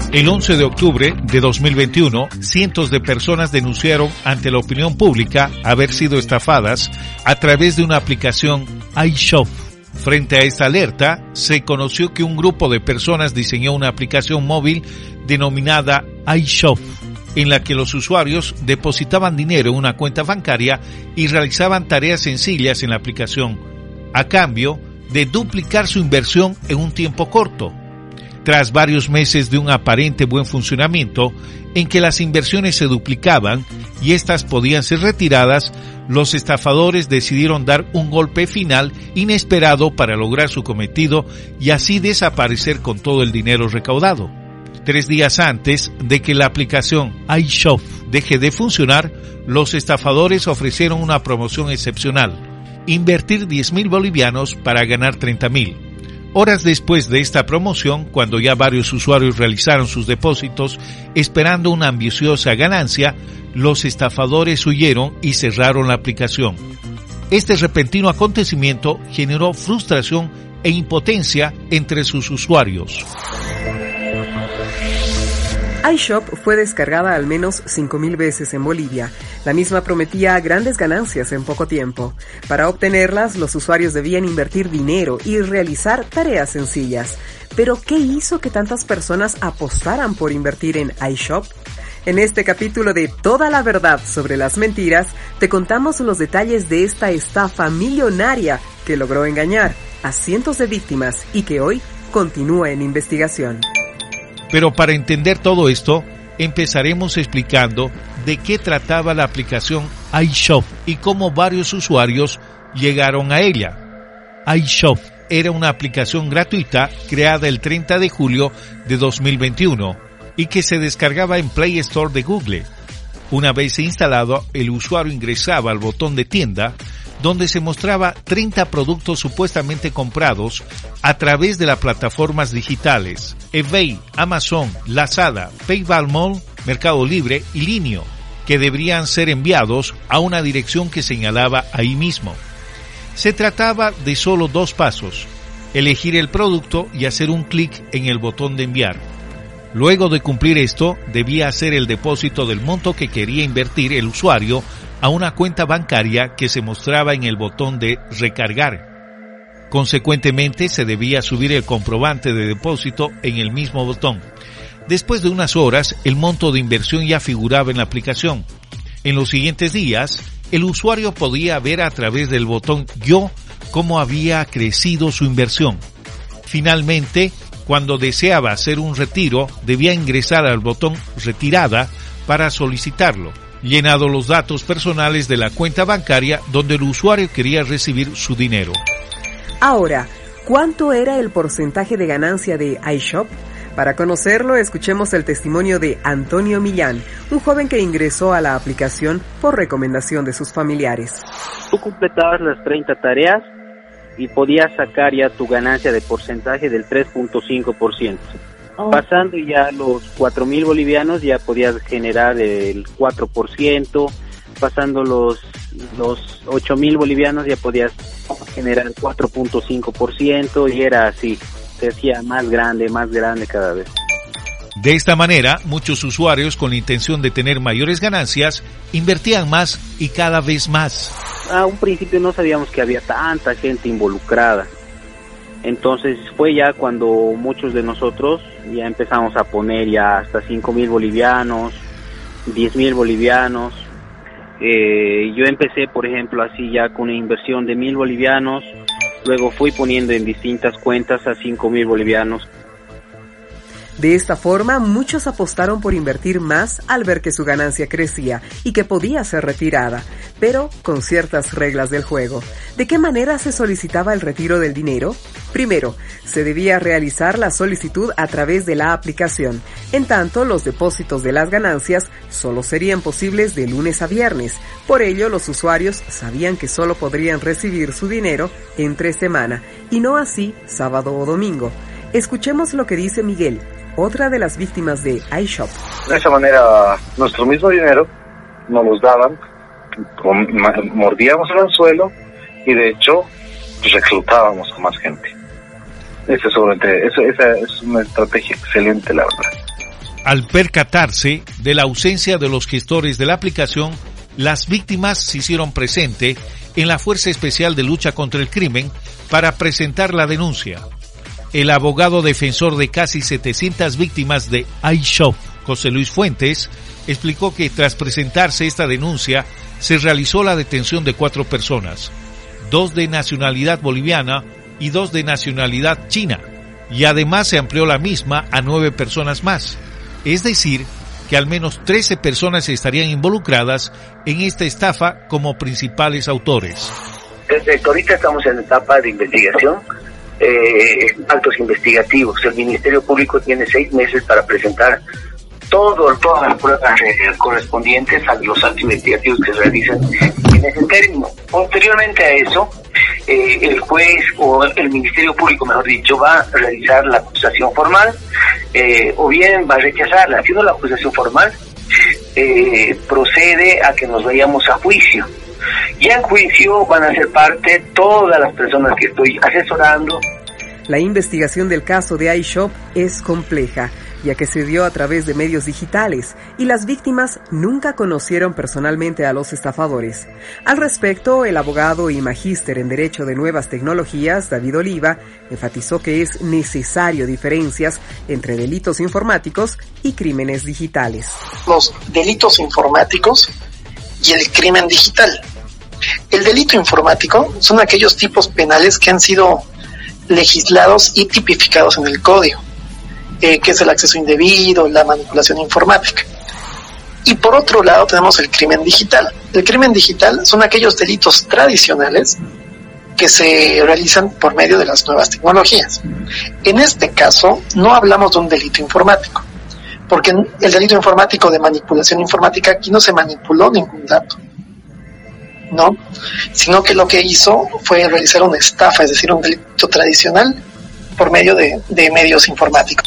El 11 de octubre de 2021, cientos de personas denunciaron ante la opinión pública haber sido estafadas a través de una aplicación iShop. Frente a esta alerta, se conoció que un grupo de personas diseñó una aplicación móvil denominada iShop, en la que los usuarios depositaban dinero en una cuenta bancaria y realizaban tareas sencillas en la aplicación, a cambio de duplicar su inversión en un tiempo corto. Tras varios meses de un aparente buen funcionamiento, en que las inversiones se duplicaban y éstas podían ser retiradas, los estafadores decidieron dar un golpe final inesperado para lograr su cometido y así desaparecer con todo el dinero recaudado. 3 días antes de que la aplicación iShop deje de funcionar, los estafadores ofrecieron una promoción excepcional: invertir 10.000 bolivianos para ganar 30.000. Horas después de esta promoción, cuando ya varios usuarios realizaron sus depósitos esperando una ambiciosa ganancia, los estafadores huyeron y cerraron la aplicación. Este repentino acontecimiento generó frustración e impotencia entre sus usuarios. iShop fue descargada al menos 5.000 veces en Bolivia. La misma prometía grandes ganancias en poco tiempo. Para obtenerlas, los usuarios debían invertir dinero y realizar tareas sencillas. Pero, ¿qué hizo que tantas personas apostaran por invertir en iShop? En este capítulo de Toda la verdad sobre las mentiras, te contamos los detalles de esta estafa millonaria que logró engañar a cientos de víctimas y que hoy continúa en investigación. Pero para entender todo esto, empezaremos explicando de qué trataba la aplicación iShop y cómo varios usuarios llegaron a ella. iShop era una aplicación gratuita creada el 30 de julio de 2021 y que se descargaba en Play Store de Google. Una vez instalado, el usuario ingresaba al botón de tienda, donde se mostraba 30 productos supuestamente comprados a través de las plataformas digitales eBay, Amazon, Lazada, PayPal Mall, Mercado Libre y Linio, que deberían ser enviados a una dirección que señalaba ahí mismo. Se trataba de solo 2 pasos: elegir el producto y hacer un clic en el botón de enviar. Luego de cumplir esto, debía hacer el depósito del monto que quería invertir el usuario a una cuenta bancaria que se mostraba en el botón de recargar. Consecuentemente, se debía subir el comprobante de depósito en el mismo botón. Después de unas horas, el monto de inversión ya figuraba en la aplicación. En los siguientes días, el usuario podía ver a través del botón Yo cómo había crecido su inversión. Finalmente, cuando deseaba hacer un retiro, debía ingresar al botón Retirada para solicitarlo, llenado los datos personales de la cuenta bancaria donde el usuario quería recibir su dinero. Ahora, ¿cuánto era el porcentaje de ganancia de iShop? Para conocerlo, escuchemos el testimonio de Antonio Millán, un joven que ingresó a la aplicación por recomendación de sus familiares. Tú completabas las 30 tareas y podías sacar ya tu ganancia de porcentaje del 3.5%. Pasando ya los 4.000 bolivianos ya podías generar el 4%, pasando los 8.000 bolivianos ya podías generar 4.5% y era así, se hacía más grande cada vez. De esta manera, muchos usuarios con la intención de tener mayores ganancias invertían más y cada vez más. A un principio no sabíamos que había tanta gente involucrada. Entonces fue ya cuando muchos de nosotros ya empezamos a poner ya hasta 5.000 bolivianos, 10.000 bolivianos. Yo empecé, por ejemplo, así ya con una inversión de 1.000 bolivianos, luego fui poniendo en distintas cuentas a 5.000 bolivianos. De esta forma, muchos apostaron por invertir más al ver que su ganancia crecía y que podía ser retirada, pero con ciertas reglas del juego. ¿De qué manera se solicitaba el retiro del dinero? Primero, se debía realizar la solicitud a través de la aplicación. En tanto, los depósitos de las ganancias solo serían posibles de lunes a viernes. Por ello, los usuarios sabían que solo podrían recibir su dinero entre semana y no así sábado o domingo. Escuchemos lo que dice Miguel, otra de las víctimas de iShop. De esa manera, nuestro mismo dinero nos los daban, mordíamos el anzuelo y de hecho reclutábamos a más gente. Esa es una estrategia excelente, la verdad. Al percatarse de la ausencia de los gestores de la aplicación, las víctimas se hicieron presente en la Fuerza Especial de Lucha contra el Crimen para presentar la denuncia. El abogado defensor de casi 700 víctimas de iShop, José Luis Fuentes, explicó que tras presentarse esta denuncia, se realizó la detención de 4 personas, 2 de nacionalidad boliviana y 2 de nacionalidad china, y además se amplió la misma a 9 personas más. Es decir, que al menos 13 personas estarían involucradas en esta estafa como principales autores. Desde ahorita estamos en la etapa de investigación, actos investigativos. El Ministerio Público tiene 6 meses para presentar todas las pruebas correspondientes a los actos investigativos que se realizan en ese término. Posteriormente a eso, el juez o el Ministerio Público, mejor dicho, va a realizar la acusación formal, o bien va a rechazarla. Haciendo la acusación formal, procede a que nos vayamos a juicio. Y en juicio van a ser parte todas las personas que estoy asesorando. La investigación del caso de iShop es compleja, ya que se dio a través de medios digitales y las víctimas nunca conocieron personalmente a los estafadores. Al respecto, el abogado y magíster en Derecho de Nuevas Tecnologías, David Oliva, enfatizó que es necesario diferencias entre delitos informáticos y crímenes digitales. Los delitos informáticos y el crimen digital. El delito informático son aquellos tipos penales que han sido legislados y tipificados en el código, que es el acceso indebido, la manipulación informática. Y por otro lado tenemos el crimen digital. El crimen digital son aquellos delitos tradicionales que se realizan por medio de las nuevas tecnologías. En este caso no hablamos de un delito informático, porque el delito informático de manipulación informática aquí no se manipuló ningún dato, ¿no? Sino que lo que hizo fue realizar una estafa, es decir, un delito tradicional por medio de medios informáticos.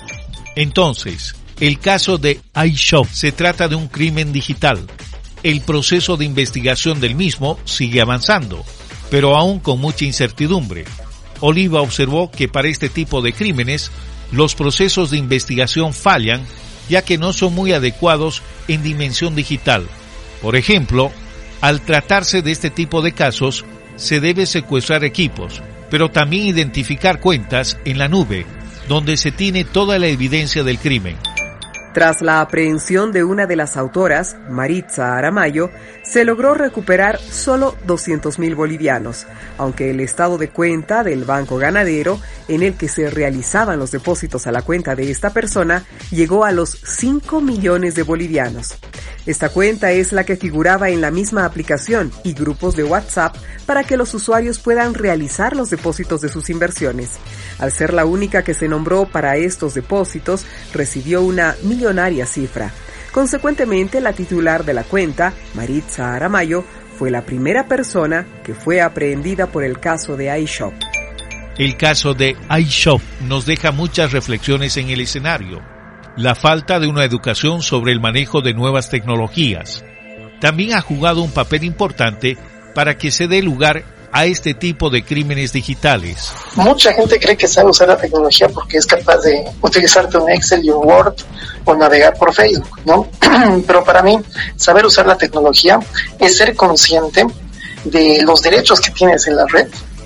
Entonces, el caso de iShop se trata de un crimen digital. El proceso de investigación del mismo sigue avanzando, pero aún con mucha incertidumbre. Oliva observó que para este tipo de crímenes, los procesos de investigación fallan, ya que no son muy adecuados en dimensión digital. Por ejemplo, al tratarse de este tipo de casos, se debe secuestrar equipos, pero también identificar cuentas en la nube, donde se tiene toda la evidencia del crimen. Tras la aprehensión de una de las autoras, Maritza Aramayo, se logró recuperar solo 200.000 bolivianos, aunque el estado de cuenta del Banco Ganadero, en el que se realizaban los depósitos a la cuenta de esta persona, llegó a los 5 millones de bolivianos. Esta cuenta es la que figuraba en la misma aplicación y grupos de WhatsApp para que los usuarios puedan realizar los depósitos de sus inversiones. Al ser la única que se nombró para estos depósitos, recibió una millonaria cifra. Consecuentemente, la titular de la cuenta, Maritza Aramayo, fue la primera persona que fue aprehendida por el caso de iShop. El caso de iShop nos deja muchas reflexiones en el escenario. La falta de una educación sobre el manejo de nuevas tecnologías también ha jugado un papel importante para que se dé lugar a este tipo de crímenes digitales. Mucha gente cree que sabe usar la tecnología porque es capaz de utilizarte un Excel y un Word o navegar por Facebook, ¿no? Pero para mí, saber usar la tecnología es ser consciente de los derechos que tienes en la red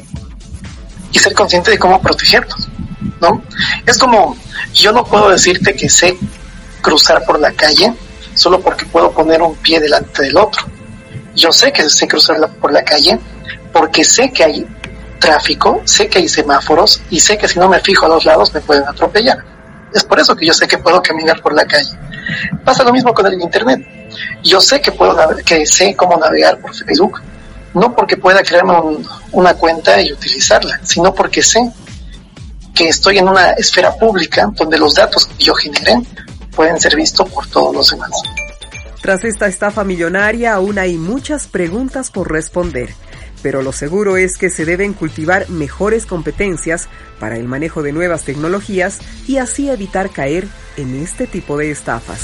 y ser consciente de cómo protegerlos, ¿no? Es como, yo no puedo decirte que sé cruzar por la calle solo porque puedo poner un pie delante del otro. Yo sé que sé cruzar por la calle porque sé que hay tráfico, sé que hay semáforos y sé que si no me fijo a los lados me pueden atropellar. Es por eso que yo sé que puedo caminar por la calle. Pasa lo mismo con el internet. Yo sé que sé cómo navegar por Facebook, no porque pueda crearme una cuenta y utilizarla, sino porque sé que estoy en una esfera pública donde los datos que yo genere pueden ser vistos por todos los demás. Tras esta estafa millonaria, aún hay muchas preguntas por responder, pero lo seguro es que se deben cultivar mejores competencias para el manejo de nuevas tecnologías y así evitar caer en este tipo de estafas.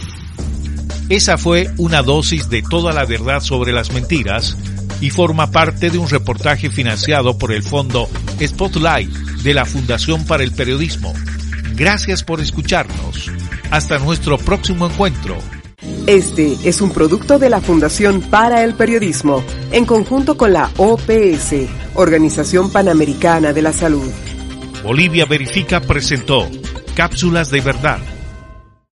Esa fue una dosis de toda la verdad sobre las mentiras y forma parte de un reportaje financiado por el fondo Spotlight de la Fundación para el Periodismo, Gracias por escucharnos. Hasta nuestro próximo encuentro. Este es un producto de la Fundación para el Periodismo, en conjunto con la OPS, Organización Panamericana de la Salud. Bolivia Verifica presentó Cápsulas de Verdad.